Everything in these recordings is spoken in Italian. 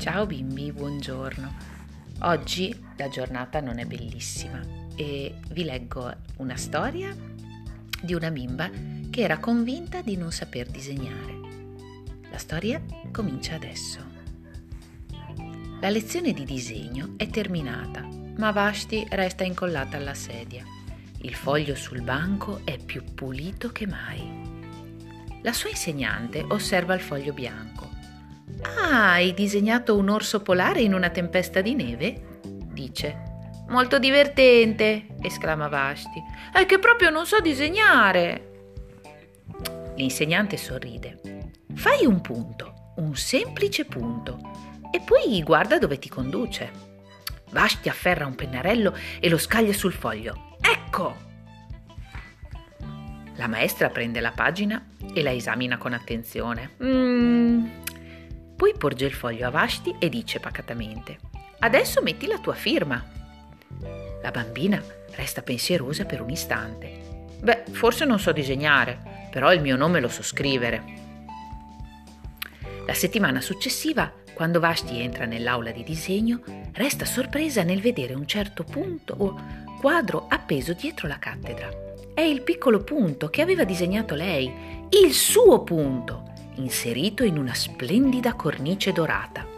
Ciao bimbi, buongiorno. Oggi la giornata non è bellissima e vi leggo una storia di una bimba che era convinta di non saper disegnare. La storia comincia adesso. La lezione di disegno è terminata, ma Vashti resta incollata alla sedia. Il foglio sul banco è più pulito che mai. La sua insegnante osserva il foglio bianco. «Ah, hai disegnato un orso polare in una tempesta di neve?» dice. «Molto divertente!» esclama Vashti. «È che proprio non so disegnare!» L'insegnante sorride. «Fai un punto, un semplice punto, e poi guarda dove ti conduce». Vashti afferra un pennarello e lo scaglia sul foglio. «Ecco!» La maestra prende la pagina e la esamina con attenzione. Poi porge il foglio a Vashti e dice pacatamente: «Adesso metti la tua firma». La bambina resta pensierosa per un istante. «Beh, forse non so disegnare, però il mio nome lo so scrivere». La settimana successiva, quando Vashti entra nell'aula di disegno, resta sorpresa nel vedere un certo punto o quadro appeso dietro la cattedra. È il piccolo punto che aveva disegnato lei, il suo punto, inserito in una splendida cornice dorata.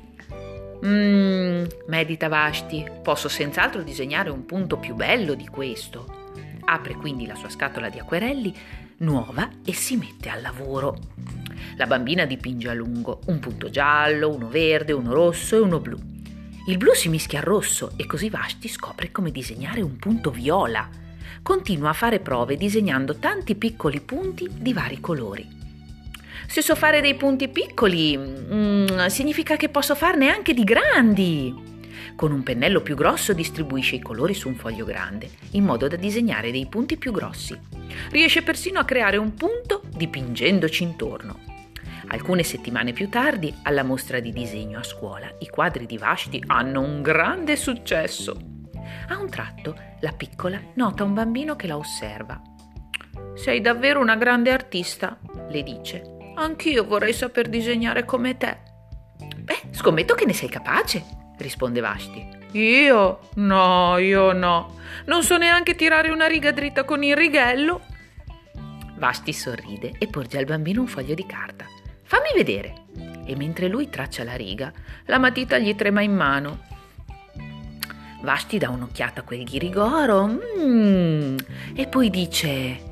Medita Vashti, posso senz'altro disegnare un punto più bello di questo. Apre quindi la sua scatola di acquerelli nuova e si mette al lavoro. La bambina dipinge a lungo, un punto giallo, uno verde, uno rosso e uno blu. Il blu si mischia al rosso e così Vashti scopre come disegnare un punto viola. Continua a fare prove disegnando tanti piccoli punti di vari colori. Se so fare dei punti piccoli, significa che posso farne anche di grandi. Con un pennello più grosso distribuisce i colori su un foglio grande, in modo da disegnare dei punti più grossi. Riesce persino a creare un punto dipingendoci intorno. Alcune settimane più tardi, alla mostra di disegno a scuola, i quadri di Vashti hanno un grande successo. A un tratto, la piccola nota un bambino che la osserva. «Sei davvero una grande artista», le dice. «Anch'io vorrei saper disegnare come te». «Beh, scommetto che ne sei capace», risponde Vashti. Io no. Non so neanche tirare una riga dritta con il righello». Vashti sorride e porge al bambino un foglio di carta. «Fammi vedere». E mentre lui traccia la riga, la matita gli trema in mano. Vashti dà un'occhiata a quel ghirigoro e poi dice: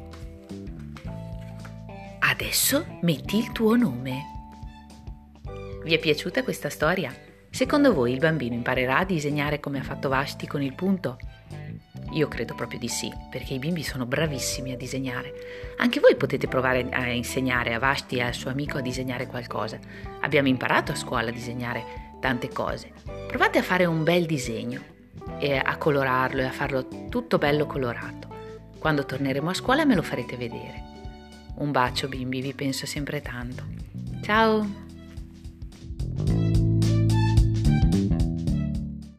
«Adesso metti il tuo nome». Vi è piaciuta questa storia? Secondo voi il bambino imparerà a disegnare come ha fatto Vashti con il punto? Io credo proprio di sì, perché i bimbi sono bravissimi a disegnare. Anche voi potete provare a insegnare a Vashti e al suo amico a disegnare qualcosa. Abbiamo imparato a scuola a disegnare tante cose. Provate a fare un bel disegno e a colorarlo e a farlo tutto bello colorato. Quando torneremo a scuola me lo farete vedere. Un bacio bimbi, vi penso sempre tanto. Ciao!